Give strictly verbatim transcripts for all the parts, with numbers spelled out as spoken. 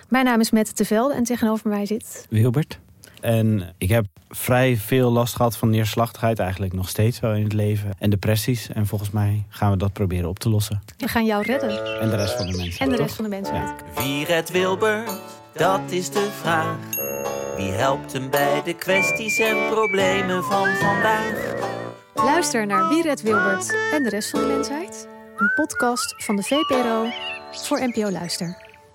Mijn naam is Mette Tevelde en tegenover mij zit... Wilbert. En ik heb vrij veel last gehad van neerslachtigheid, eigenlijk nog steeds wel in het leven. En depressies. En volgens mij gaan we dat proberen op te lossen. We gaan jou redden. En de rest van de mensen. En de toch? rest van de mensen. Ja. Wie redt Wilbert? Dat is de vraag. Wie helpt hem bij de kwesties en problemen van vandaag? Luister naar Wie redt Wilbert en de rest van de mensheid. Een podcast van de V P R O voor N P O Luister.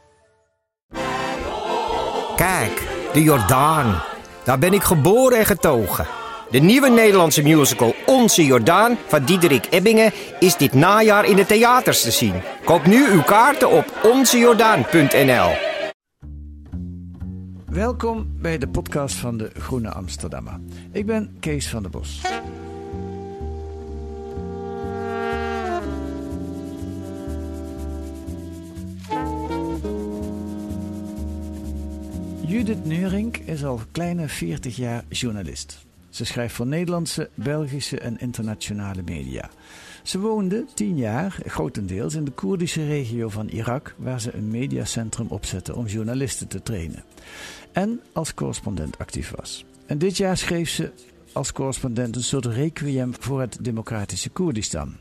Kijk, de Jordaan. Daar ben ik geboren en getogen. De nieuwe Nederlandse musical Onze Jordaan van Diederik Ebbingen is dit najaar in de theaters te zien. Koop nu uw kaarten op onze jordaan punt n l. Welkom bij de podcast van de Groene Amsterdammer. Ik ben Kees van der Bos. Judith Neurink is al kleine veertig jaar journalist. Ze schrijft voor Nederlandse, Belgische en internationale media. Ze woonde tien jaar, grotendeels, in de Koerdische regio van Irak, waar ze een mediacentrum opzette om journalisten te trainen. En als correspondent actief was. En dit jaar schreef ze als correspondent een soort requiem voor het democratische Koerdistan.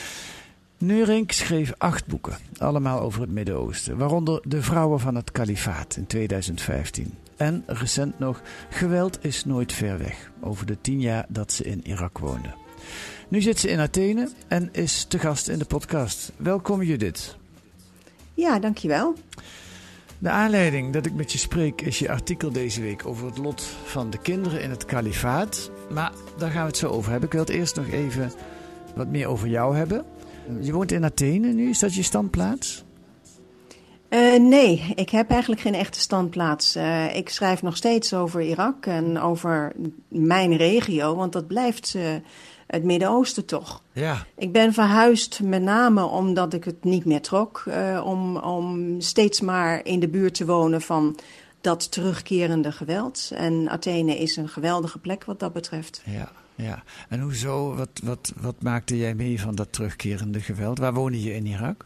Neurink schreef acht boeken, allemaal over het Midden-Oosten, waaronder De Vrouwen van het Kalifaat in tweeduizend vijftien. En recent nog Geweld is nooit ver weg, over de tien jaar dat ze in Irak woonde. Nu zit ze in Athene en is te gast in de podcast. Welkom Judith. Ja, dankjewel. De aanleiding dat ik met je spreek is je artikel deze week over het lot van de kinderen in het Kalifaat. Maar daar gaan we het zo over hebben. Ik wil het eerst nog even wat meer over jou hebben. Je woont in Athene nu, is dat je standplaats? Uh, nee, ik heb eigenlijk geen echte standplaats. Uh, ik schrijf nog steeds over Irak en over mijn regio, want dat blijft uh, het Midden-Oosten toch. Ja. Ik ben verhuisd met name omdat ik het niet meer trok, uh, om, om steeds maar in de buurt te wonen van dat terugkerende geweld. En Athene is een geweldige plek wat dat betreft. Ja. Ja, en hoezo, wat, wat, wat maakte jij mee van dat terugkerende geweld? Waar woonde je in Irak?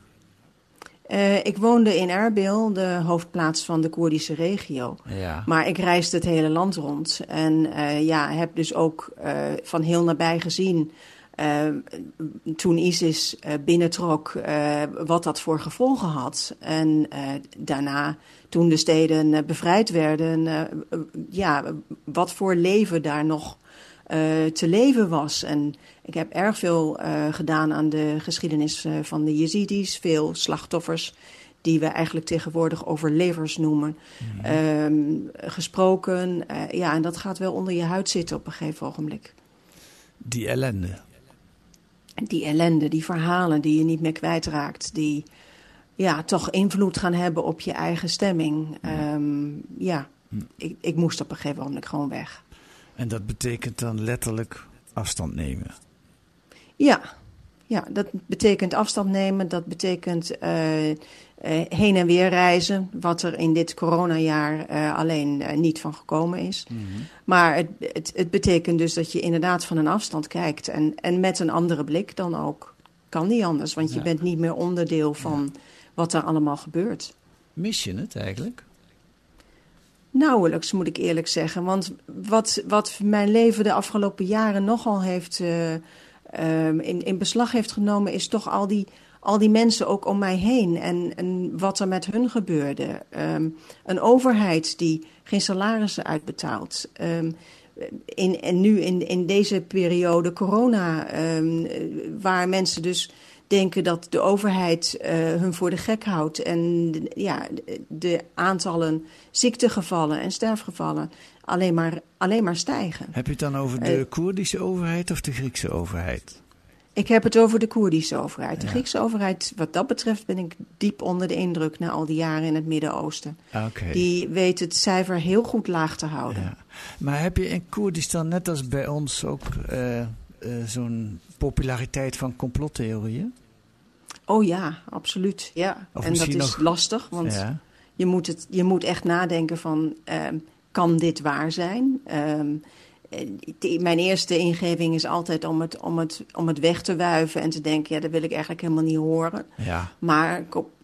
Uh, ik woonde in Erbil, de hoofdplaats van de Koerdische regio. Ja. Maar ik reisde het hele land rond. En uh, ja, heb dus ook uh, van heel nabij gezien, uh, toen ISIS uh, binnentrok, uh, wat dat voor gevolgen had. En uh, daarna, toen de steden uh, bevrijd werden, uh, uh, ja, wat voor leven daar nog Uh, te leven was. En ik heb erg veel uh, gedaan aan de geschiedenis uh, van de Jezidis. Veel slachtoffers die we eigenlijk tegenwoordig overlevers noemen. Mm-hmm. Um, gesproken. Uh, ja, en dat gaat wel onder je huid zitten op een gegeven ogenblik. Die ellende. Die ellende, die verhalen die je niet meer kwijtraakt. Die ja, toch invloed gaan hebben op je eigen stemming. Um, ja, mm. ik, ik moest op een gegeven ogenblik gewoon weg. En dat betekent dan letterlijk afstand nemen? Ja, ja, dat betekent afstand nemen. Dat betekent uh, uh, heen en weer reizen. Wat er in dit coronajaar uh, alleen uh, niet van gekomen is. Mm-hmm. Maar het, het, het betekent dus dat je inderdaad van een afstand kijkt. En, en met een andere blik dan ook. Kan niet anders, want je ja. bent niet meer onderdeel van ja. wat er allemaal gebeurt. Mis je het eigenlijk? Nauwelijks, moet ik eerlijk zeggen. Want wat, wat mijn leven de afgelopen jaren nogal heeft uh, uh, in, in beslag heeft genomen, is toch al die, al die mensen ook om mij heen. En, en wat er met hun gebeurde. Um, een overheid die geen salarissen uitbetaalt. Um, in, en nu in, in deze periode corona, um, waar mensen dus denken dat de overheid uh, hun voor de gek houdt. En de, ja, de, de aantallen ziektegevallen en sterfgevallen alleen maar, alleen maar stijgen. Heb je het dan over de uh, Koerdische overheid of de Griekse overheid? Ik heb het over de Koerdische overheid. De ja. Griekse overheid, wat dat betreft, ben ik diep onder de indruk na al die jaren in het Midden-Oosten. Okay. Die weet het cijfer heel goed laag te houden. Ja. Maar heb je in Koerdistan, net als bij ons, ook uh, uh, zo'n populariteit van complottheorieën? Oh ja, absoluut. Ja. En dat is nog lastig, want ja. je, moet het, je moet echt nadenken van, uh, kan dit waar zijn? Uh, die, mijn eerste ingeving is altijd om het, om, het, om het weg te wuiven en te denken, ja, dat wil ik eigenlijk helemaal niet horen. Ja. Maar op,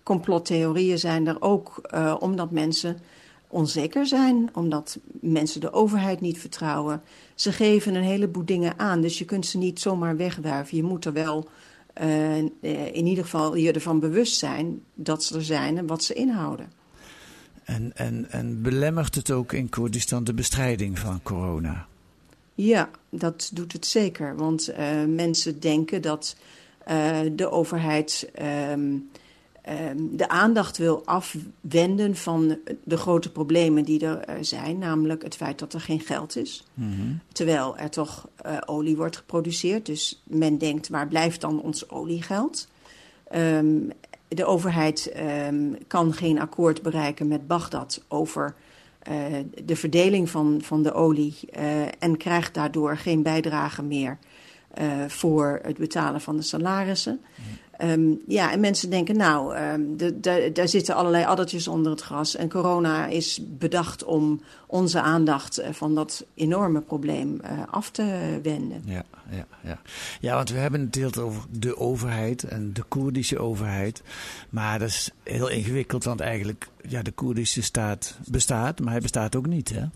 complottheorieën zijn er ook uh, omdat mensen onzeker zijn, omdat mensen de overheid niet vertrouwen. Ze geven een heleboel dingen aan, dus je kunt ze niet zomaar wegwuiven. Je moet er wel uh, in ieder geval je ervan bewust zijn dat ze er zijn en wat ze inhouden. En, en, en belemmert het ook in Koerdistan de bestrijding van corona? Ja, dat doet het zeker. Want uh, mensen denken dat uh, de overheid um, um, de aandacht wil afwenden van de grote problemen die er uh, zijn. Namelijk het feit dat er geen geld is. Mm-hmm. Terwijl er toch uh, olie wordt geproduceerd. Dus men denkt, waar blijft dan ons oliegeld? Um, de overheid um, kan geen akkoord bereiken met Bagdad over Uh, de verdeling van, van de olie uh, en krijgt daardoor geen bijdrage meer uh, voor het betalen van de salarissen. Mm. Um, ja, en mensen denken, nou, um, de, de, daar zitten allerlei addertjes onder het gras. En corona is bedacht om onze aandacht uh, van dat enorme probleem uh, af te wenden. Ja, ja, ja. ja, want we hebben het heel over de overheid en de Koerdische overheid. Maar dat is heel ingewikkeld, want eigenlijk, ja, de Koerdische staat bestaat, maar hij bestaat ook niet, hè?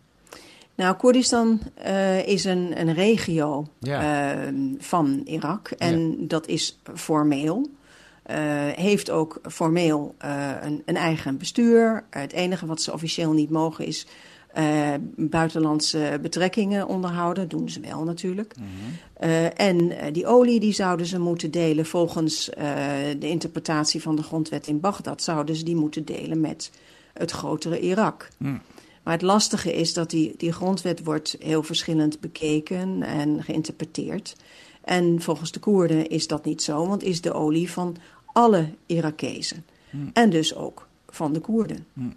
Nou, Koerdistan uh, is een, een regio ja. uh, van Irak en ja. dat is formeel. Uh, heeft ook formeel uh, een, een eigen bestuur. Uh, het enige wat ze officieel niet mogen is uh, buitenlandse betrekkingen onderhouden. Dat doen ze wel natuurlijk. Mm-hmm. Uh, en uh, die olie die zouden ze moeten delen volgens uh, de interpretatie van de grondwet in Bagdad. Zouden ze die moeten delen met het grotere Irak. Mm. Maar het lastige is dat die, die grondwet wordt heel verschillend bekeken en geïnterpreteerd. En volgens de Koerden is dat niet zo, want is de olie van alle Irakezen. Hmm. En dus ook van de Koerden. Hmm.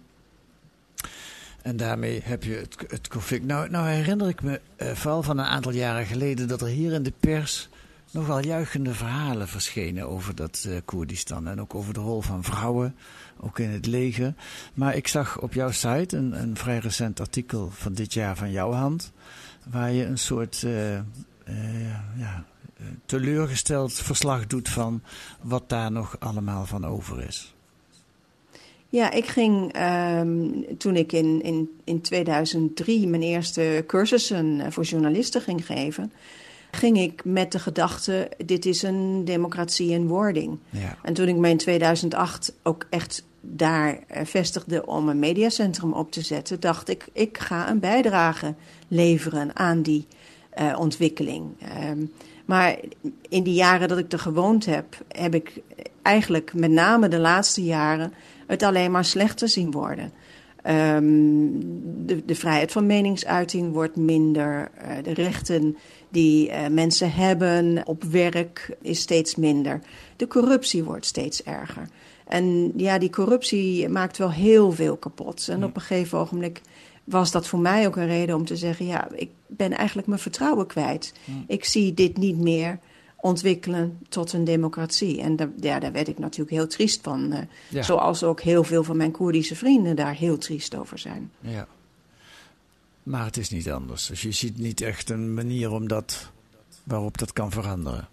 En daarmee heb je het, het conflict. Nou, nou herinner ik me uh, vooral van een aantal jaren geleden dat er hier in de pers nogal juichende verhalen verschenen over dat uh, Koerdistan. En ook over de rol van vrouwen, ook in het leger. Maar ik zag op jouw site een, een vrij recent artikel van dit jaar van jouw hand, waar je een soort uh, uh, ja, teleurgesteld verslag doet van wat daar nog allemaal van over is. Ja, ik ging um, toen ik in, in, in tweeduizend drie mijn eerste cursussen voor journalisten ging geven, ging ik met de gedachte, dit is een democratie in wording. Ja. En toen ik me in tweeduizend acht ook echt daar uh, vestigde om een mediacentrum op te zetten, dacht ik, ik ga een bijdrage leveren aan die uh, ontwikkeling. Um, maar in die jaren dat ik er gewoond heb, heb ik eigenlijk met name de laatste jaren het alleen maar slechter zien worden. Um, de, de vrijheid van meningsuiting wordt minder. Uh, de rechten die uh, mensen hebben op werk is steeds minder. De corruptie wordt steeds erger. En ja, die corruptie maakt wel heel veel kapot. En op een gegeven ogenblik was dat voor mij ook een reden om te zeggen, ja, ik ben eigenlijk mijn vertrouwen kwijt. Hmm. Ik zie dit niet meer ontwikkelen tot een democratie. En daar, ja, daar werd ik natuurlijk heel triest van. Uh, ja. Zoals ook heel veel van mijn Koerdische vrienden daar heel triest over zijn. Ja. Maar het is niet anders. Dus je ziet niet echt een manier om dat, waarop dat kan veranderen.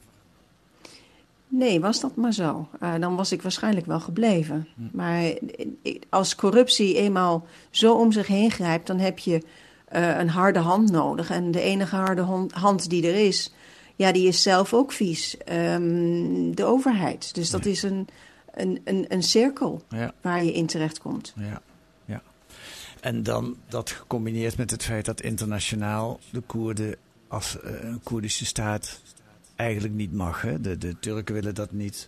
Nee, was dat maar zo. Uh, dan was ik waarschijnlijk wel gebleven. Hm. Maar als corruptie eenmaal zo om zich heen grijpt, dan heb je uh, een harde hand nodig. En de enige harde hand die er is, ja, die is zelf ook vies. Um, de overheid. Dus dat ja. is een, een, een, een cirkel ja. waar je in terechtkomt. Ja, ja. En dan dat gecombineerd met het feit dat internationaal de Koerden als uh, een Koerdische staat eigenlijk niet mag. Hè? De, de Turken willen dat niet.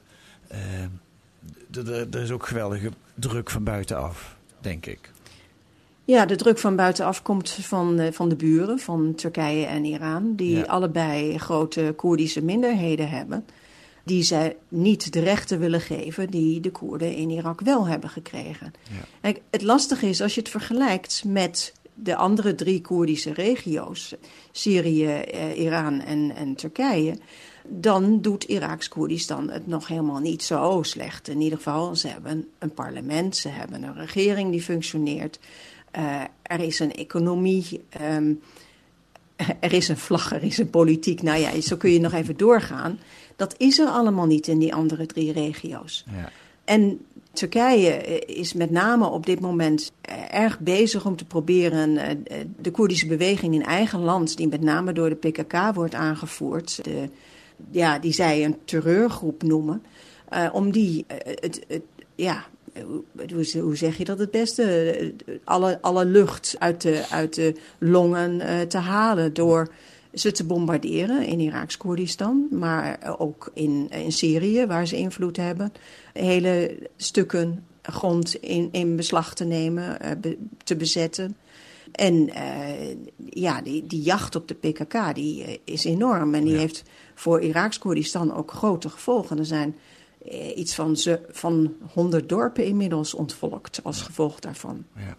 Uh, er is ook geweldige druk van buitenaf, denk ik. Ja, de druk van buitenaf komt van, uh, van de buren, van Turkije en Iran, die ja. allebei grote Koerdische minderheden hebben, die zij niet de rechten willen geven die de Koerden in Irak wel hebben gekregen. Ja. Kijk, het lastige is, als je het vergelijkt met de andere drie Koerdische regio's, Syrië, eh, Iran en, en Turkije, dan doet Iraks Koerdistan het nog helemaal niet zo slecht. In ieder geval, ze hebben een parlement, ze hebben een regering die functioneert. Uh, er is een economie, um, er is een vlag, er is een politiek. Nou ja, zo kun je nog even doorgaan. Dat is er allemaal niet in die andere drie regio's. Ja. En Turkije is met name op dit moment erg bezig om te proberen de Koerdische beweging in eigen land, die met name door de P K K wordt aangevoerd, de, ja, die zij een terreurgroep noemen, uh, om die, uh, het, het, ja, hoe, hoe zeg je dat het beste, alle, alle lucht uit de, uit de longen uh, te halen door ze te bombarderen in Iraaks Koerdistan, maar ook in, in Syrië, waar ze invloed hebben. Hele stukken grond in, in beslag te nemen, uh, be, te bezetten. En uh, ja, die, die jacht op de P K K die, uh, is enorm. En die ja. heeft voor Iraaks Koerdistan ook grote gevolgen. Er zijn uh, iets van, ze, van honderd dorpen inmiddels ontvolkt als ja. gevolg daarvan. Ja.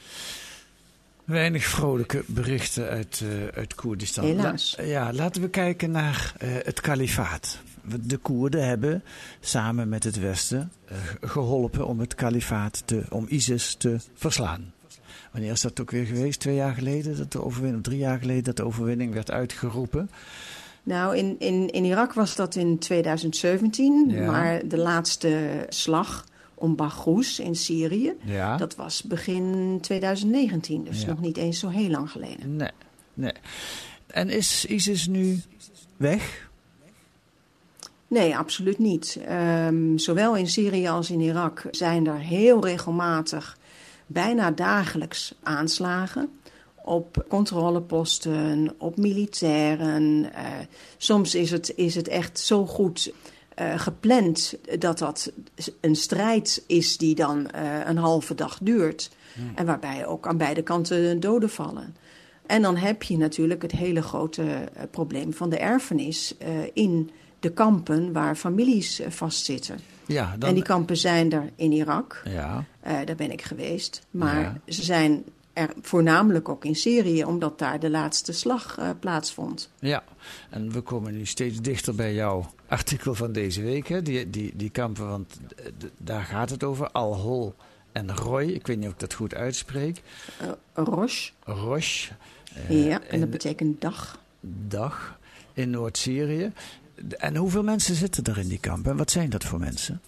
Weinig vrolijke berichten uit, uh, uit Koerdistan. Helaas. La, ja, laten we kijken naar uh, het kalifaat. De Koerden hebben samen met het Westen uh, geholpen om het kalifaat, te, om ISIS te verslaan. Wanneer is dat ook weer geweest? Twee jaar geleden, dat de overwinning, of drie jaar geleden dat de overwinning werd uitgeroepen? Nou, in, in, in Irak was dat in tweeduizend zeventien, ja. maar de laatste slag om Baghouz in Syrië, ja. dat was begin tweeduizend negentien, dus ja. nog niet eens zo heel lang geleden. Nee, nee. En is ISIS nu weg? Nee, absoluut niet. Um, zowel in Syrië als in Irak zijn er heel regelmatig, bijna dagelijks aanslagen op controleposten, op militairen. Uh, soms is het, is het echt zo goed uh, gepland dat dat een strijd is die dan uh, een halve dag duurt. Hmm. En waarbij ook aan beide kanten doden vallen. En dan heb je natuurlijk het hele grote uh, probleem van de erfenis uh, in de kampen waar families uh, vastzitten. Ja, dan... En die kampen zijn er in Irak. Ja. Uh, daar ben ik geweest. Maar ja. ze zijn er voornamelijk ook in Syrië, omdat daar de laatste slag uh, plaatsvond. Ja, en we komen nu steeds dichter bij jouw artikel van deze week. Hè? Die, die, die kampen, want d- daar gaat het over. Al-Hol en Roy. Ik weet niet of ik dat goed uitspreek. Uh, Rosh. Rosh. Uh, ja, en dat betekent dag. Dag in Noord-Syrië. En hoeveel mensen zitten er in die kampen? En wat zijn dat voor mensen?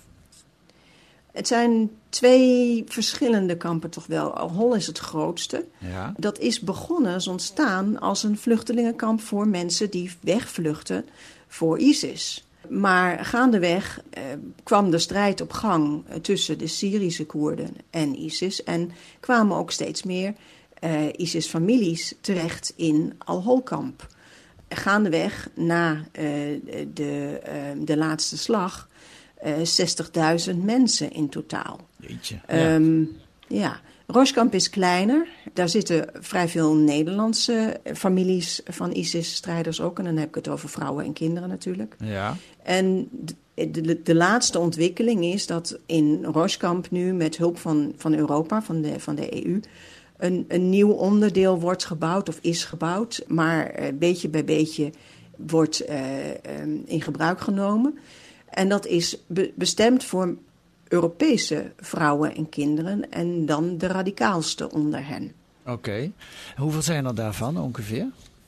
Het zijn twee verschillende kampen toch wel. Al-Hol is het grootste. Ja. Dat is begonnen, is ontstaan als een vluchtelingenkamp voor mensen die wegvluchten voor ISIS. Maar gaandeweg eh, kwam de strijd op gang tussen de Syrische Koerden en ISIS. En kwamen ook steeds meer uh, ISIS-families terecht in Al-Hol-kamp. Gaandeweg na uh, de, uh, de laatste slag uh, zestigduizend mensen in totaal. Jeetje. Ja. Um, ja. Roshkamp is kleiner. Daar zitten vrij veel Nederlandse families van ISIS-strijders ook. En dan heb ik het over vrouwen en kinderen natuurlijk. Ja. En de, de, de laatste ontwikkeling is dat in Roshkamp nu met hulp van, van Europa, van de, van de E U... Een, een nieuw onderdeel wordt gebouwd of is gebouwd, maar uh, beetje bij beetje wordt uh, um, in gebruik genomen. En dat is be- bestemd voor Europese vrouwen en kinderen en dan de radicaalste onder hen. Oké. Okay. Hoeveel zijn er daarvan ongeveer?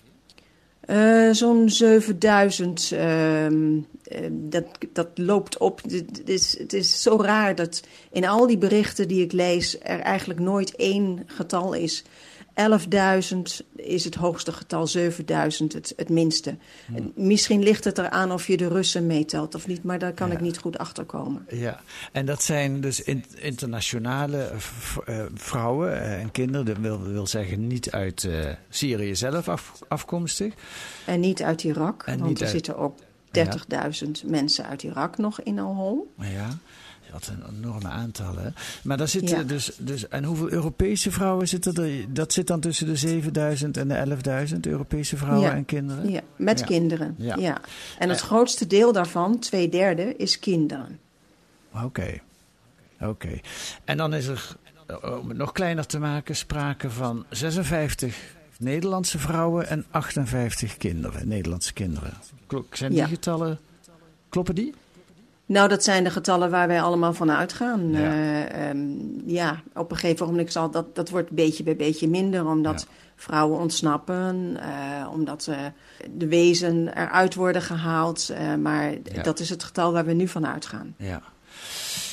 Uh, zo'n zevenduizend. Uh, uh, dat, dat loopt op. Het is, het is zo raar dat in al die berichten die ik lees er eigenlijk nooit één getal is. elfduizend is het hoogste getal, zevenduizend het, het minste. Hmm. Misschien ligt het eraan of je de Russen meetelt of niet, maar daar kan ja. ik niet goed achter komen. Ja, en dat zijn dus in, internationale v- uh, vrouwen uh, en kinderen, dat wil, wil zeggen niet uit uh, Syrië zelf af, afkomstig. En niet uit Irak, en want er uit... zitten ook dertigduizend ja. mensen uit Irak nog in Al-Hol. Ja. Wat een enorme aantallen. Maar daar zitten ja. dus, dus. En hoeveel Europese vrouwen zitten er? Dat zit dan tussen de zevenduizend en de elfduizend Europese vrouwen ja. en kinderen? Ja, met ja. kinderen. Ja. Ja. En het uh, grootste deel daarvan, twee derde, is kinderen. Oké. Okay. Oké. Okay. En dan is er, om het nog kleiner te maken, sprake van zesenvijftig Nederlandse vrouwen en achtenvijftig kinderen, Nederlandse kinderen. Zijn die ja. getallen, kloppen die? Nou, dat zijn de getallen waar wij allemaal van uitgaan. Ja, uh, um, ja op een gegeven moment zal dat, dat wordt beetje bij beetje minder, omdat ja. vrouwen ontsnappen, uh, omdat uh, de wezen eruit worden gehaald. Uh, maar ja. dat is het getal waar we nu van uitgaan. Ja.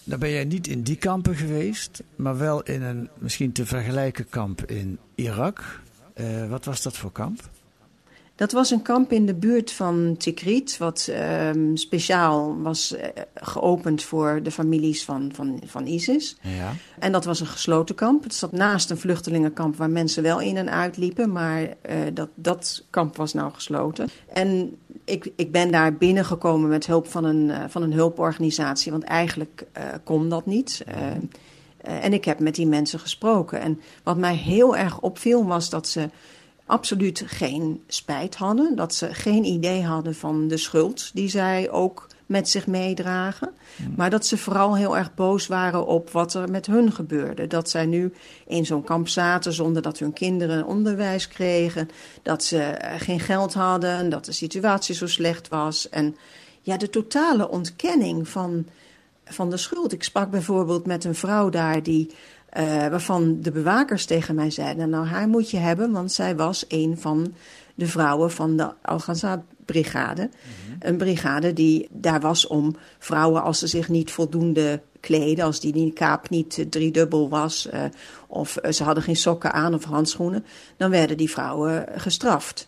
Dan ben jij niet in die kampen geweest, maar wel in een misschien te vergelijken kamp in Irak. Uh, wat was dat voor kamp? Dat was een kamp in de buurt van Tikrit, wat uh, speciaal was uh, geopend voor de families van, van, van ISIS. Ja. En dat was een gesloten kamp. Het zat naast een vluchtelingenkamp waar mensen wel in en uit liepen, maar uh, dat, dat kamp was nou gesloten. En ik, ik ben daar binnengekomen met hulp van een, uh, van een hulporganisatie, want eigenlijk uh, kon dat niet. Uh, uh, en ik heb met die mensen gesproken. En wat mij heel erg opviel was dat ze absoluut geen spijt hadden. Dat ze geen idee hadden van de schuld die zij ook met zich meedragen. Mm. Maar dat ze vooral heel erg boos waren op wat er met hun gebeurde. Dat zij nu in zo'n kamp zaten zonder dat hun kinderen onderwijs kregen. Dat ze geen geld hadden. Dat de situatie zo slecht was. En ja, de totale ontkenning van, van de schuld. Ik sprak bijvoorbeeld met een vrouw daar die Uh, waarvan de bewakers tegen mij zeiden, nou, haar moet je hebben, want zij was een van de vrouwen van de Al-Ghazal-brigade. Mm-hmm. Een brigade die daar was om vrouwen, als ze zich niet voldoende kleden, als die niqab niet uh, driedubbel was, uh, of uh, ze hadden geen sokken aan of handschoenen, dan werden die vrouwen gestraft.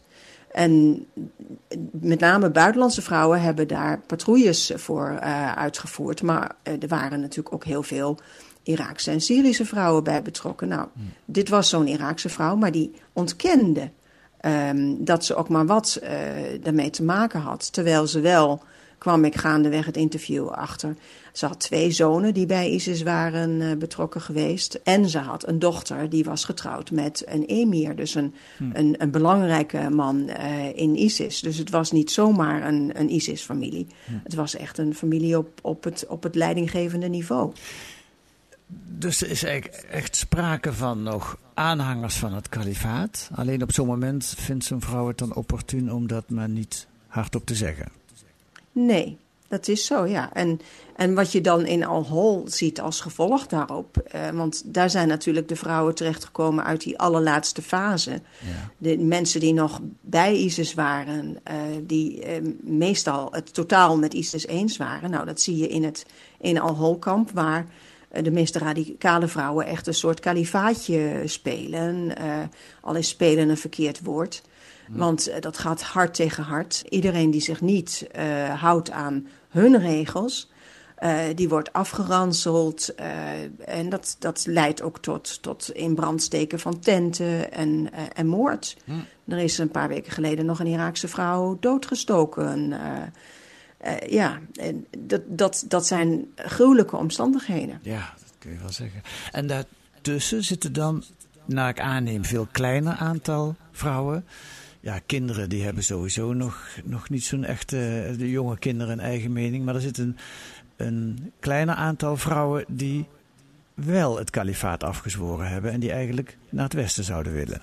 En met name buitenlandse vrouwen hebben daar patrouilles voor uh, uitgevoerd, maar uh, er waren natuurlijk ook heel veel Iraakse en Syrische vrouwen bij betrokken. Nou, hmm. dit was zo'n Iraakse vrouw, maar die ontkende um, dat ze ook maar wat uh, daarmee te maken had. Terwijl ze wel, kwam ik gaandeweg het interview achter, ze had twee zonen die bij ISIS waren uh, betrokken geweest. En ze had een dochter die was getrouwd met een emir, dus een, hmm. een, een belangrijke man uh, in ISIS. Dus het was niet zomaar een, een ISIS-familie. Hmm. Het was echt een familie op, op, het, op het leidinggevende niveau. Dus er is eigenlijk echt sprake van nog aanhangers van het kalifaat. Alleen op zo'n moment vindt zo'n vrouw het dan opportun om dat maar niet hardop te zeggen. Nee, dat is zo, ja. En, en wat je dan in Al-Hol ziet als gevolg daarop, eh, want daar zijn natuurlijk de vrouwen terechtgekomen uit die allerlaatste fase. Ja. De mensen die nog bij ISIS waren, uh, die uh, meestal het totaal met ISIS eens waren. Nou, dat zie je in het in Al-Hol-kamp, waar de meeste radicale vrouwen echt een soort kalifaatje spelen. Uh, al is spelen een verkeerd woord. Mm. Want uh, dat gaat hard tegen hard. Iedereen die zich niet uh, houdt aan hun regels, uh, die wordt afgeranseld. Uh, en dat, dat leidt ook tot, tot in brand steken van tenten en, uh, en moord. Mm. Er is een paar weken geleden nog een Iraakse vrouw doodgestoken. Uh, Uh, ja, dat, dat, dat zijn gruwelijke omstandigheden. Ja, dat kun je wel zeggen. En daartussen zitten dan, naar ik aanneem, veel kleiner aantal vrouwen. Ja, kinderen die hebben sowieso nog, nog niet zo'n echte, de jonge kinderen een eigen mening. Maar er zit een, een kleiner aantal vrouwen die wel het kalifaat afgezworen hebben en die eigenlijk naar het westen zouden willen.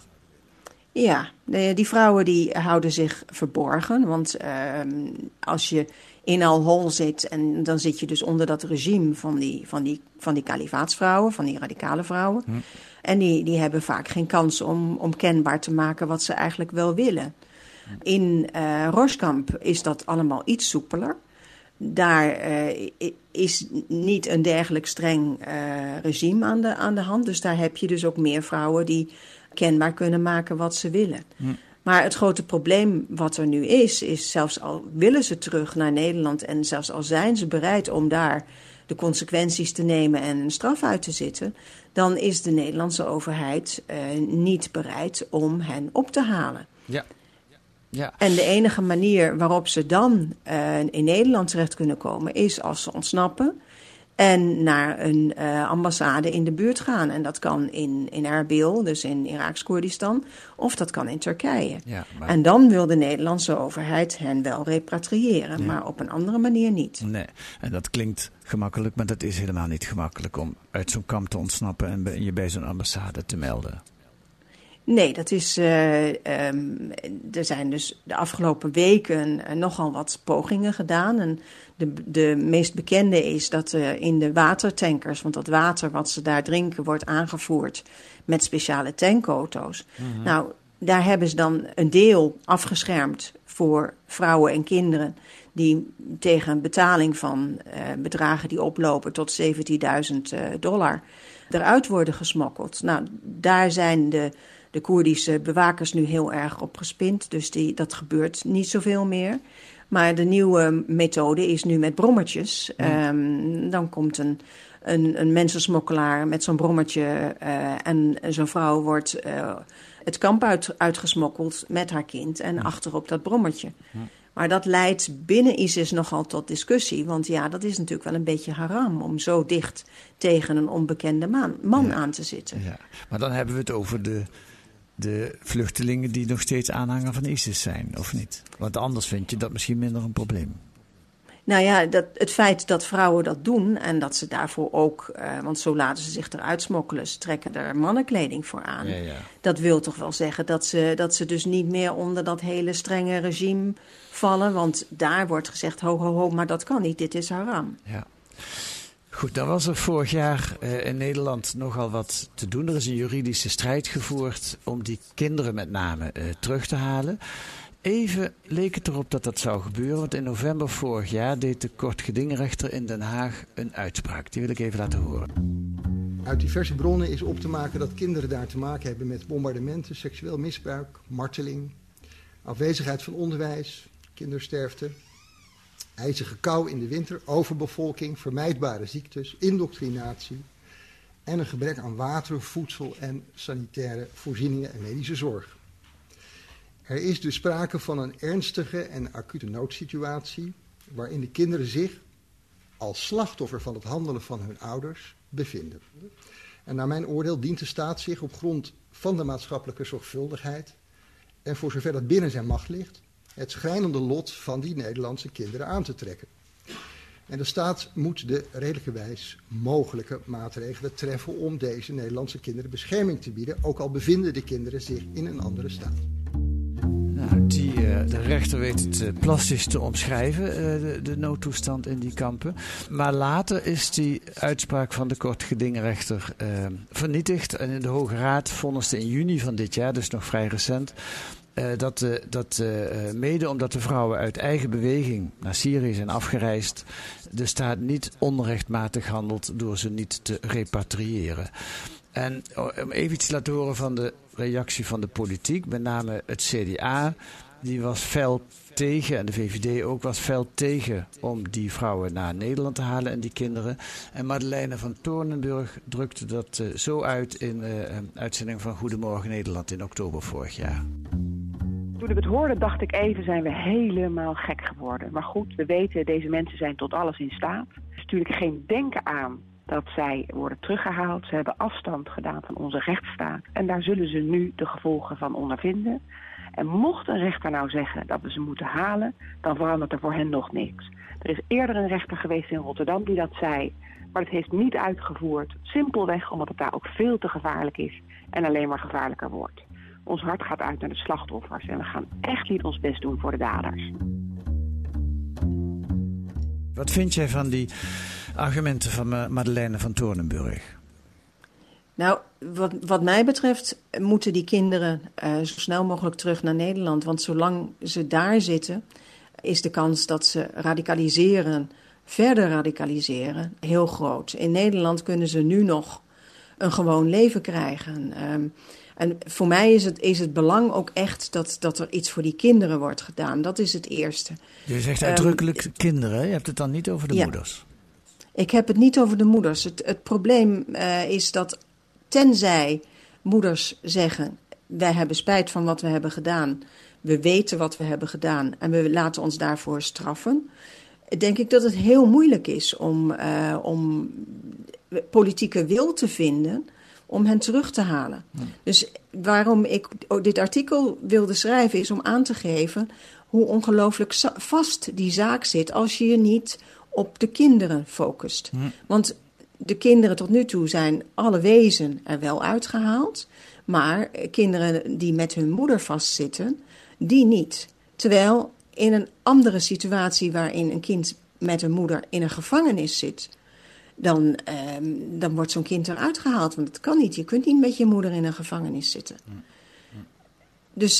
Ja, die vrouwen die houden zich verborgen. Want uh, als je in Al-Hol zit, en dan zit je dus onder dat regime van die, van die, van die kalifaatsvrouwen, van die radicale vrouwen. Hm. En die, die hebben vaak geen kans om, om kenbaar te maken wat ze eigenlijk wel willen. Hm. In uh, Rojkamp is dat allemaal iets soepeler. Daar uh, is niet een dergelijk streng uh, regime aan de, aan de hand. Dus daar heb je dus ook meer vrouwen die kenbaar kunnen maken wat ze willen. Hm. Maar het grote probleem wat er nu is, is zelfs al willen ze terug naar Nederland en zelfs al zijn ze bereid om daar de consequenties te nemen en een straf uit te zitten, dan is de Nederlandse overheid uh, niet bereid om hen op te halen. Ja. Ja. En de enige manier waarop ze dan uh, in Nederland terecht kunnen komen is als ze ontsnappen en naar een uh, ambassade in de buurt gaan. En dat kan in, in Erbil, dus in Iraaks-Koerdistan, of dat kan in Turkije. Ja, maar en dan wil de Nederlandse overheid hen wel repatriëren, ja. maar op een andere manier niet. Nee, en dat klinkt gemakkelijk, maar dat is helemaal niet gemakkelijk om uit zo'n kamp te ontsnappen en je bij zo'n ambassade te melden. Nee, dat is. Uh, um, er zijn dus de afgelopen weken uh, nogal wat pogingen gedaan. En de, de meest bekende is dat uh, in de watertankers, want dat water wat ze daar drinken wordt aangevoerd met speciale tankauto's. Mm-hmm. Nou, daar hebben ze dan een deel afgeschermd voor vrouwen en kinderen die tegen een betaling van uh, bedragen die oplopen tot zeventienduizend uh, dollar eruit worden gesmokkeld. Nou, daar zijn de, de Koerdische bewakers nu heel erg op gespind, dus die, dat gebeurt niet zoveel meer. Maar de nieuwe methode is nu met brommertjes. Ja. Um, dan komt een, een, een mensensmokkelaar met zo'n brommertje uh, en zo'n vrouw wordt uh, het kamp uit, uitgesmokkeld met haar kind en ja. achterop dat brommertje. Ja. Maar dat leidt binnen ISIS nogal tot discussie. Want ja, dat is natuurlijk wel een beetje haram om zo dicht tegen een onbekende man, man ja. aan te zitten. Ja. Maar dan hebben we het over de, de vluchtelingen die nog steeds aanhanger van ISIS zijn, of niet? Want anders vind je dat misschien minder een probleem. Nou ja, dat, het feit dat vrouwen dat doen en dat ze daarvoor ook, uh, want zo laten ze zich eruit smokkelen, ze trekken er mannenkleding voor aan. Ja, ja. Dat wil toch wel zeggen dat ze, dat ze dus niet meer onder dat hele strenge regime vallen. Want daar wordt gezegd, ho, ho, ho, maar dat kan niet, dit is haram. Ja. Goed, dan was er vorig jaar uh, in Nederland nogal wat te doen. Er is een juridische strijd gevoerd om die kinderen met name uh, terug te halen. Even leek het erop dat dat zou gebeuren, want in november vorig jaar deed de kortgedingrechter in Den Haag een uitspraak. Die wil ik even laten horen. Uit diverse bronnen is op te maken dat kinderen daar te maken hebben met bombardementen, seksueel misbruik, marteling, afwezigheid van onderwijs, kindersterfte, ijzige kou in de winter, overbevolking, vermijdbare ziektes, indoctrinatie en een gebrek aan water, voedsel en sanitaire voorzieningen en medische zorg. Er is dus sprake van een ernstige en acute noodsituatie waarin de kinderen zich als slachtoffer van het handelen van hun ouders bevinden. En naar mijn oordeel dient de staat zich op grond van de maatschappelijke zorgvuldigheid en voor zover dat binnen zijn macht ligt, het schrijnende lot van die Nederlandse kinderen aan te trekken. En de staat moet de redelijkerwijs mogelijke maatregelen treffen om deze Nederlandse kinderen bescherming te bieden, ook al bevinden de kinderen zich in een andere staat. Nou, die, uh, de rechter weet het uh, plastisch te omschrijven, uh, de, de noodtoestand in die kampen. Maar later is die uitspraak van de kortgedingrechter uh, vernietigd. En in de Hoge Raad vonniste in juni van dit jaar, dus nog vrij recent, Uh, dat, uh, dat uh, mede omdat de vrouwen uit eigen beweging naar Syrië zijn afgereisd, de staat niet onrechtmatig handelt door ze niet te repatriëren. En om even iets te laten horen van de reactie van de politiek, met name het C D A, die was fel tegen, en de V V D ook was fel tegen om die vrouwen naar Nederland te halen en die kinderen. En Madeleine van Toornenburg drukte dat uh, zo uit in uh, een uitzending van Goedemorgen Nederland in oktober vorig jaar. Toen ik het hoorde, dacht ik even, zijn we helemaal gek geworden. Maar goed, we weten, deze mensen zijn tot alles in staat. Er is natuurlijk geen denken aan dat zij worden teruggehaald. Ze hebben afstand gedaan van onze rechtsstaat. En daar zullen ze nu de gevolgen van ondervinden. En mocht een rechter nou zeggen dat we ze moeten halen, dan verandert er voor hen nog niks. Er is eerder een rechter geweest in Rotterdam die dat zei, maar het heeft niet uitgevoerd. Simpelweg omdat het daar ook veel te gevaarlijk is en alleen maar gevaarlijker wordt. Ons hart gaat uit naar de slachtoffers en we gaan echt niet ons best doen voor de daders. Wat vind jij van die argumenten van Madeleine van Toornenburg? Nou, wat, wat mij betreft moeten die kinderen uh, zo snel mogelijk terug naar Nederland. Want zolang ze daar zitten, is de kans dat ze radicaliseren, verder radicaliseren, heel groot. In Nederland kunnen ze nu nog een gewoon leven krijgen. Um, en voor mij is het, is het belang ook echt dat, dat er iets voor die kinderen wordt gedaan. Dat is het eerste. Je zegt uitdrukkelijk um, kinderen, je hebt het dan niet over de ja, moeders. Ik heb het niet over de moeders. Het, het probleem uh, is dat tenzij moeders zeggen, wij hebben spijt van wat we hebben gedaan, we weten wat we hebben gedaan en we laten ons daarvoor straffen, denk ik dat het heel moeilijk is om, uh, om politieke wil te vinden om hen terug te halen. Ja. Dus waarom ik dit artikel wilde schrijven is om aan te geven hoe ongelooflijk vast die zaak zit als je je niet op de kinderen focust. Ja. Want de kinderen tot nu toe zijn alle wezen er wel uitgehaald, maar kinderen die met hun moeder vastzitten, die niet. Terwijl in een andere situatie waarin een kind met een moeder in een gevangenis zit, dan, um, dan wordt zo'n kind eruit gehaald. Want dat kan niet. Je kunt niet met je moeder in een gevangenis zitten. Ja. Ja. Dus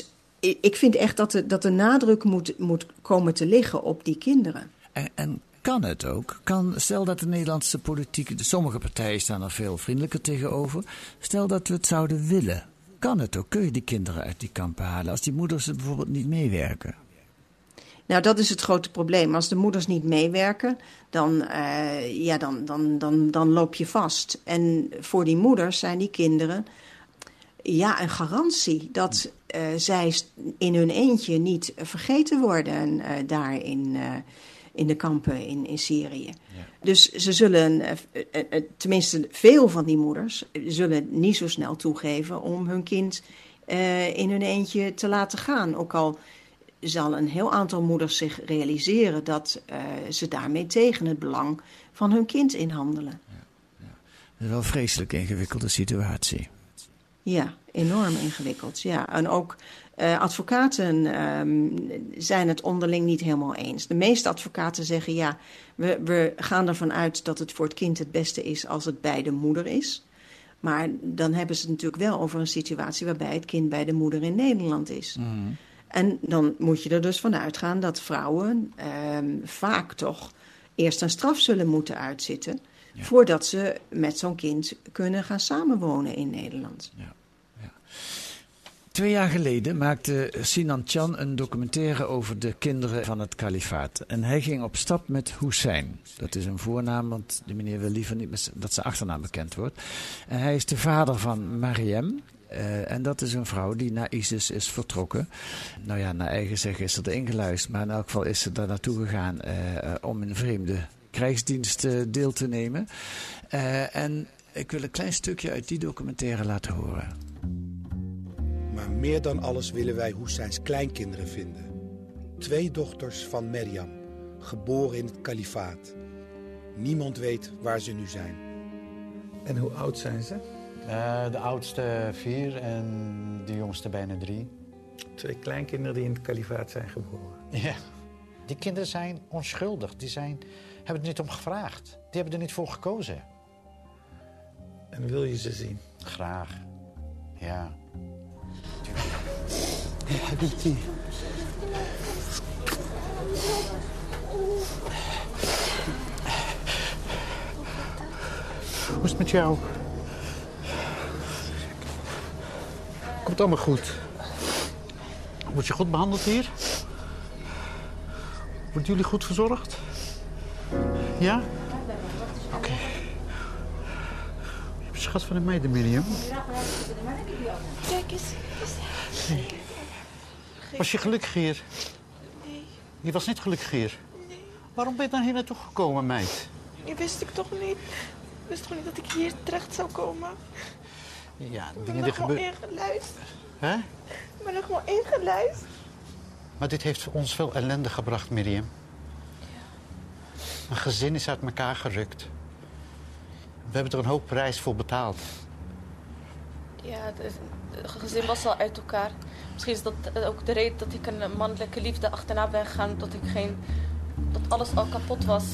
ik vind echt dat de, dat de nadruk moet, moet komen te liggen op die kinderen. En, en kan het ook? Kan, stel dat de Nederlandse politiek, sommige partijen staan er veel vriendelijker tegenover. Stel dat we het zouden willen. Kan het ook? Kun je die kinderen uit die kampen halen als die moeders bijvoorbeeld niet meewerken? Nou, dat is het grote probleem. Als de moeders niet meewerken, dan, uh, ja, dan, dan, dan, dan loop je vast. En voor die moeders zijn die kinderen ja, een garantie dat uh, zij in hun eentje niet vergeten worden uh, daar in, uh, in de kampen in, in Syrië. Ja. Dus ze zullen, uh, uh, tenminste veel van die moeders, zullen niet zo snel toegeven om hun kind uh, in hun eentje te laten gaan. Ook al zal een heel aantal moeders zich realiseren dat uh, ze daarmee tegen het belang van hun kind inhandelen. Ja, ja. Dat is wel een vreselijk ingewikkelde situatie. Ja, enorm ingewikkeld. Ja. En ook uh, advocaten um, zijn het onderling niet helemaal eens. De meeste advocaten zeggen ja, we, we gaan ervan uit dat het voor het kind het beste is als het bij de moeder is. Maar dan hebben ze het natuurlijk wel over een situatie waarbij het kind bij de moeder in Nederland is. Mm. En dan moet je er dus van uitgaan dat vrouwen uh, vaak toch eerst een straf zullen moeten uitzitten, ja, voordat ze met zo'n kind kunnen gaan samenwonen in Nederland. Ja, ja. Twee jaar geleden maakte Sinan Can een documentaire over de kinderen van het kalifaat. En hij ging op stap met Hussein. Dat is een voornaam, want die meneer wil liever niet dat zijn achternaam bekend wordt. En hij is de vader van Mariam. Uh, en dat is een vrouw die naar ISIS is vertrokken. Nou ja, naar eigen zeggen is ze erin geluisterd. Maar in elk geval is ze daar naartoe gegaan uh, uh, om in vreemde krijgsdienst uh, deel te nemen. Uh, en ik wil een klein stukje uit die documentaire laten horen. Maar meer dan alles willen wij Husseins kleinkinderen vinden. Twee dochters van Maryam, geboren in het kalifaat. Niemand weet waar ze nu zijn. En hoe oud zijn ze? Uh, de oudste vier en de jongste bijna drie. Twee kleinkinderen die in het kalifaat zijn geboren. Ja. Die kinderen zijn onschuldig. Die zijn, hebben er niet om gevraagd. Die hebben er niet voor gekozen. En wil je ze zien? Graag. Ja. Habibti. Hoe is het met jou? Komt allemaal goed. Word je goed behandeld hier? Worden jullie goed verzorgd? Ja? Oké. Okay. Je hebt een schat van een meid, Miriam. Kijk eens. Nee. Was je gelukkig hier? Nee. Je was niet gelukkig hier? Nee. Waarom ben je dan hier naartoe gekomen, meid? Je wist ik toch niet. Ik wist toch niet dat ik hier terecht zou komen. Ja, ik dingen ben die er gewoon gebeuren. ingeluisterd. Hè? Ik ben er gewoon ingeluisterd. Maar dit heeft ons veel ellende gebracht, Miriam. Ja. Een gezin is uit elkaar gerukt. We hebben er een hoop prijs voor betaald. Ja, het gezin was al uit elkaar. Misschien is dat ook de reden dat ik een mannelijke liefde achterna ben gegaan. Dat ik geen... dat alles al kapot was.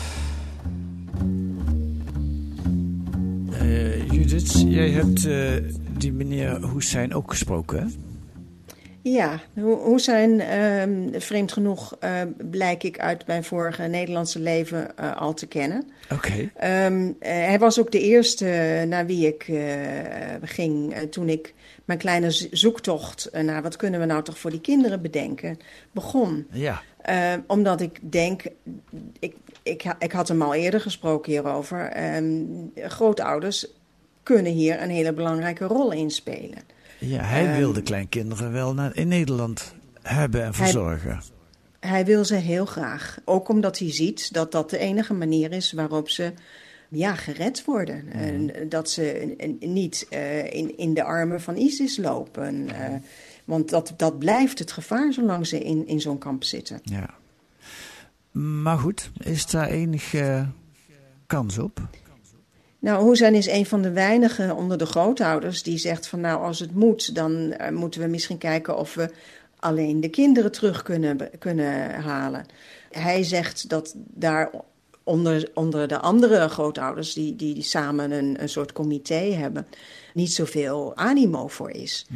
Uh, Judith, jij hebt uh, die meneer Hussein ook gesproken, hè? Ja, Hussein, uh, vreemd genoeg, uh, blijk ik uit mijn vorige Nederlandse leven uh, al te kennen. Oké. Okay. Um, uh, hij was ook de eerste naar wie ik uh, ging uh, toen ik mijn kleine zoektocht uh, naar wat kunnen we nou toch voor die kinderen bedenken, begon. Ja. Uh, omdat ik denk, ik, ik, ik had hem al eerder gesproken hierover, um, grootouders kunnen hier een hele belangrijke rol in spelen. Ja, hij um, wil de kleinkinderen wel naar, in Nederland hebben en verzorgen. Hij, hij wil ze heel graag. Ook omdat hij ziet dat dat de enige manier is waarop ze ja, gered worden. Mm. En dat ze niet uh, in, in de armen van ISIS lopen. Uh, want dat, dat blijft het gevaar zolang ze in, in zo'n kamp zitten. Ja. Maar goed, is daar enige kans op? Nou, Hussein is een van de weinigen onder de grootouders die zegt van nou, als het moet, dan uh, moeten we misschien kijken of we alleen de kinderen terug kunnen, kunnen halen. Hij zegt dat daar onder, onder de andere grootouders, die, die samen een, een soort comité hebben, niet zoveel animo voor is. Ja.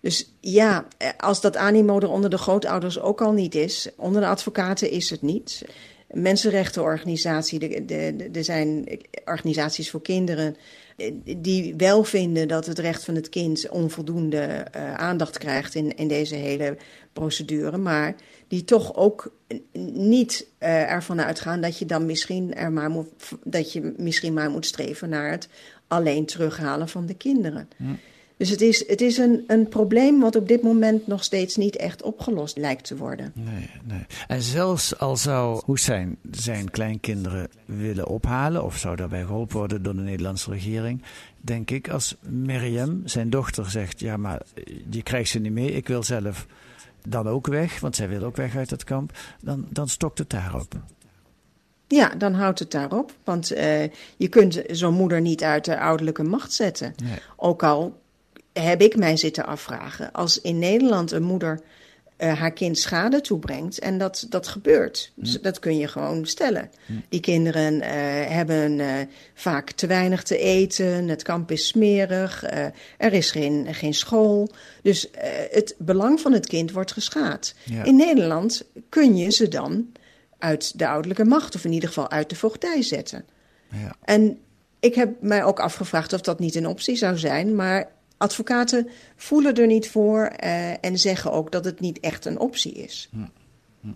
Dus ja, als dat animo er onder de grootouders ook al niet is, onder de advocaten is het niet. Mensenrechtenorganisatie, er zijn organisaties voor kinderen die wel vinden dat het recht van het kind onvoldoende uh, aandacht krijgt in, in deze hele procedure, maar die toch ook niet uh, ervan uitgaan dat je dan misschien er maar moet, dat je misschien maar moet streven naar het alleen terughalen van de kinderen. Hm. Dus het is, het is een, een probleem wat op dit moment nog steeds niet echt opgelost lijkt te worden. Nee, nee. En zelfs al zou Hussein zijn kleinkinderen willen ophalen, of zou daarbij geholpen worden door de Nederlandse regering, denk ik, als Meriam, zijn dochter, zegt, ja, maar je krijgt ze niet mee, ik wil zelf dan ook weg, want zij wil ook weg uit het kamp, dan, dan stokt het daarop. Ja, dan houdt het daarop. Want uh, je kunt zo'n moeder niet uit de ouderlijke macht zetten. Nee. Ook al heb ik mij zitten afvragen, als in Nederland een moeder uh, haar kind schade toebrengt, en dat, dat gebeurt, mm. dus dat kun je gewoon stellen. Mm. Die kinderen uh, hebben uh, vaak te weinig te eten, het kamp is smerig, uh, er is geen, geen school. Dus uh, het belang van het kind wordt geschaad. Ja. In Nederland kun je ze dan uit de ouderlijke macht, of in ieder geval uit de voogdij zetten. Ja. En ik heb mij ook afgevraagd of dat niet een optie zou zijn, maar advocaten voelen er niet voor uh, en zeggen ook dat het niet echt een optie is. Hm. Hm.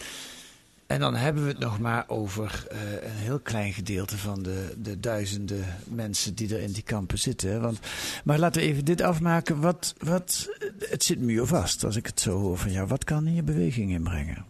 En dan hebben we het nog maar over uh, een heel klein gedeelte van de, de duizenden mensen die er in die kampen zitten. Want, maar laten we even dit afmaken. Wat, wat, het zit muurvast, als ik het zo hoor van jou. Wat kan hier beweging inbrengen?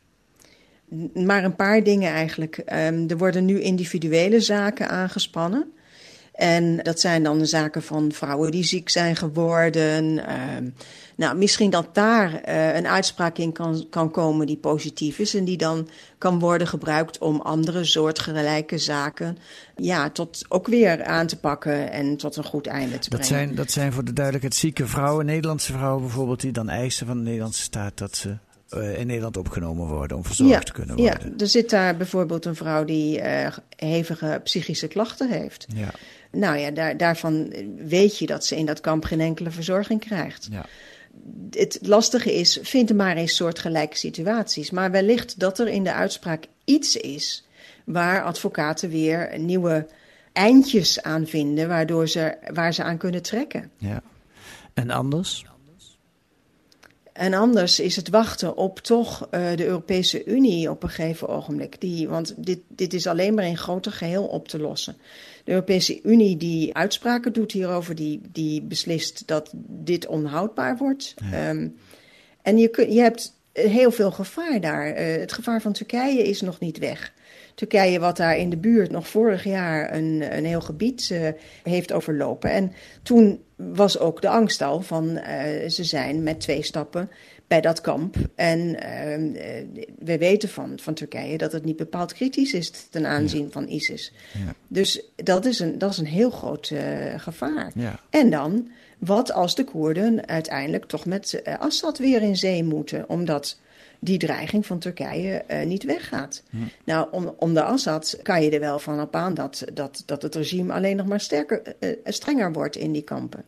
Maar een paar dingen eigenlijk. Um, er worden nu individuele zaken aangespannen. En dat zijn dan de zaken van vrouwen die ziek zijn geworden. Um, nou, misschien dat daar uh, een uitspraak in kan, kan komen die positief is en die dan kan worden gebruikt om andere soortgelijke zaken ja, tot ook weer aan te pakken en tot een goed einde te dat brengen. Zijn, dat zijn voor de duidelijkheid zieke vrouwen, Nederlandse vrouwen bijvoorbeeld, die dan eisen van de Nederlandse staat dat ze uh, in Nederland opgenomen worden om verzorgd ja, te kunnen worden. Ja, er zit daar bijvoorbeeld een vrouw die uh, hevige psychische klachten heeft. Ja. Nou ja, daar, daarvan weet je dat ze in dat kamp geen enkele verzorging krijgt. Ja. Het lastige is, vind er maar eens soortgelijke situaties. Maar wellicht dat er in de uitspraak iets is waar advocaten weer nieuwe eindjes aan vinden, waardoor ze, waar ze aan kunnen trekken. Ja. En anders? En anders is het wachten op toch uh, de Europese Unie op een gegeven ogenblik. Die, want dit, dit is alleen maar in groter geheel op te lossen. De Europese Unie die uitspraken doet hierover, die, die beslist dat dit onhoudbaar wordt. Ja. Um, en je, kun, je hebt heel veel gevaar daar. Uh, het gevaar van Turkije is nog niet weg. Turkije, wat daar in de buurt nog vorig jaar een, een heel gebied uh, heeft overlopen. En toen was ook de angst al van uh, ze zijn met twee stappen bij dat kamp. En uh, uh, we weten van, van Turkije dat het niet bepaald kritisch is ten aanzien ja. van ISIS. Ja. Dus dat is een, dat is een heel groot uh, gevaar. Ja. En dan, wat als de Koerden uiteindelijk toch met uh, Assad weer in zee moeten, omdat die dreiging van Turkije uh, niet weggaat. Hm. Nou, om, om de Assad kan je er wel van op aan dat, dat, dat het regime alleen nog maar sterker, uh, strenger wordt in die kampen.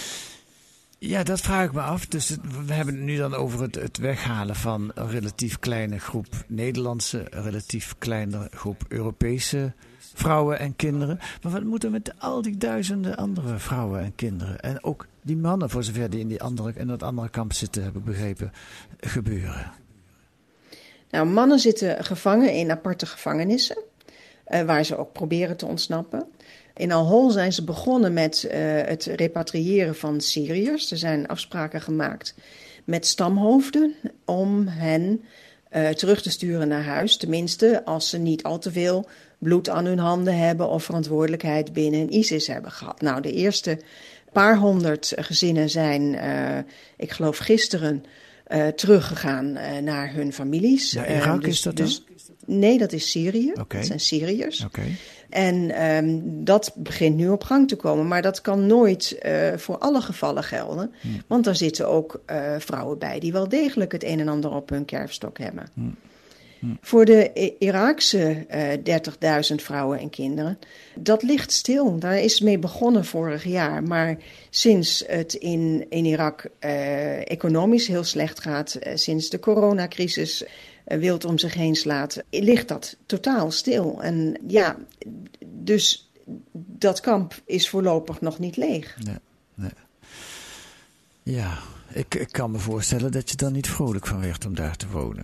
Ja, dat vraag ik me af. Dus het, we hebben het nu dan over het, het weghalen van een relatief kleine groep Nederlandse, een relatief kleine groep Europese vrouwen en kinderen. Maar wat moet er met al die duizenden andere vrouwen en kinderen en ook die mannen, voor zover die in, die andere, in dat andere kamp zitten, heb ik begrepen, gebeuren? Nou, mannen zitten gevangen in aparte gevangenissen, uh, waar ze ook proberen te ontsnappen. In Al-Hol zijn ze begonnen met uh, het repatriëren van Syriërs. Er zijn afspraken gemaakt met stamhoofden om hen uh, terug te sturen naar huis. Tenminste, als ze niet al te veel bloed aan hun handen hebben of verantwoordelijkheid binnen ISIS hebben gehad. Nou, de eerste paar honderd gezinnen zijn, uh, ik geloof gisteren, uh, teruggegaan uh, naar hun families. Ja, Irak uh, dus, is dat dan? Dus, nee, dat is Syrië. Okay. Dat zijn Syriërs. Okay. En um, dat begint nu op gang te komen. Maar dat kan nooit uh, voor alle gevallen gelden. Hmm. Want daar zitten ook uh, vrouwen bij die wel degelijk het een en ander op hun kerfstok hebben. Hmm. Hm. Voor de Iraakse uh, dertigduizend vrouwen en kinderen, dat ligt stil. Daar is mee begonnen vorig jaar. Maar sinds het in, in Irak uh, economisch heel slecht gaat, uh, sinds de coronacrisis uh, wild om zich heen slaat, ligt dat totaal stil. En ja, dus dat kamp is voorlopig nog niet leeg. Nee, nee. Ja, ik, ik kan me voorstellen dat je daar niet vrolijk van werd om daar te wonen.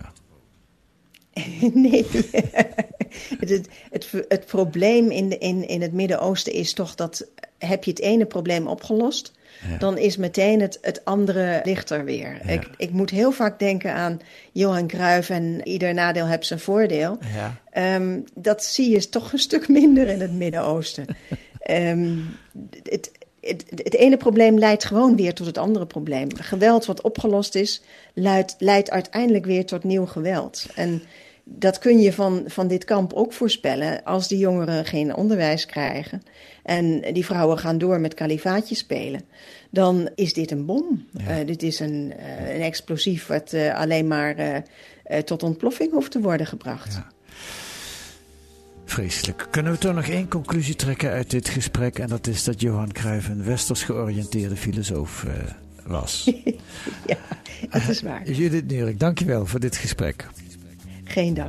Nee, het, het, het, het probleem in, de, in, in het Midden-Oosten is toch dat heb je het ene probleem opgelost, ja. dan is meteen het, het andere lichter weer. Ja. Ik, ik moet heel vaak denken aan Johan Cruijff en ieder nadeel heeft zijn voordeel. Ja. Um, dat zie je toch een stuk minder in het Midden-Oosten. um, het, Het, het ene probleem leidt gewoon weer tot het andere probleem. Geweld wat opgelost is, leidt, leidt uiteindelijk weer tot nieuw geweld. En dat kun je van, van dit kamp ook voorspellen. Als die jongeren geen onderwijs krijgen en die vrouwen gaan door met kalifaatjes spelen, dan is dit een bom. Ja. Uh, dit is een, uh, een explosief wat uh, alleen maar uh, uh, tot ontploffing hoeft te worden gebracht. Ja. Vreselijk. Kunnen we toch nog één conclusie trekken uit dit gesprek? En dat is dat Johan Cruijff een westers georiënteerde filosoof uh, was. Ja, dat is waar. Uh, Judith Nierik, dankjewel voor dit gesprek. Geen dank.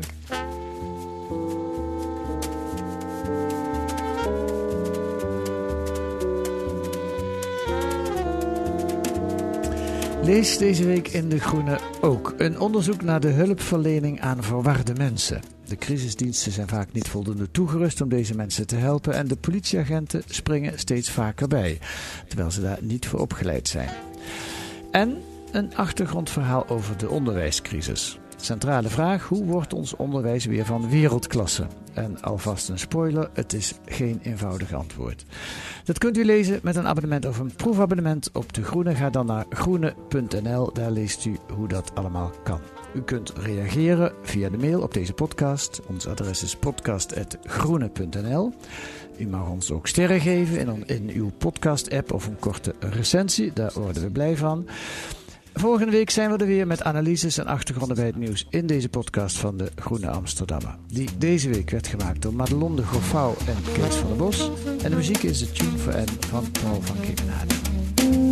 Lees deze week in De Groene ook een onderzoek naar de hulpverlening aan verwarde mensen. De crisisdiensten zijn vaak niet voldoende toegerust om deze mensen te helpen en de politieagenten springen steeds vaker bij, terwijl ze daar niet voor opgeleid zijn. En een achtergrondverhaal over de onderwijscrisis. Centrale vraag: hoe wordt ons onderwijs weer van wereldklasse? En alvast een spoiler, het is geen eenvoudig antwoord. Dat kunt u lezen met een abonnement of een proefabonnement op De Groene. Ga dan naar groene punt n l, daar leest u hoe dat allemaal kan. U kunt reageren via de mail op deze podcast. Ons adres is podcast punt groene punt n l. U mag ons ook sterren geven in, in uw podcast-app of een korte recensie. Daar worden we blij van. Volgende week zijn we er weer met analyses en achtergronden bij het nieuws in deze podcast van de Groene Amsterdammer. Die deze week werd gemaakt door Madelon de Goffouw en Kees van der Bos. En de muziek is de Tune for N van Paul van Kemenade.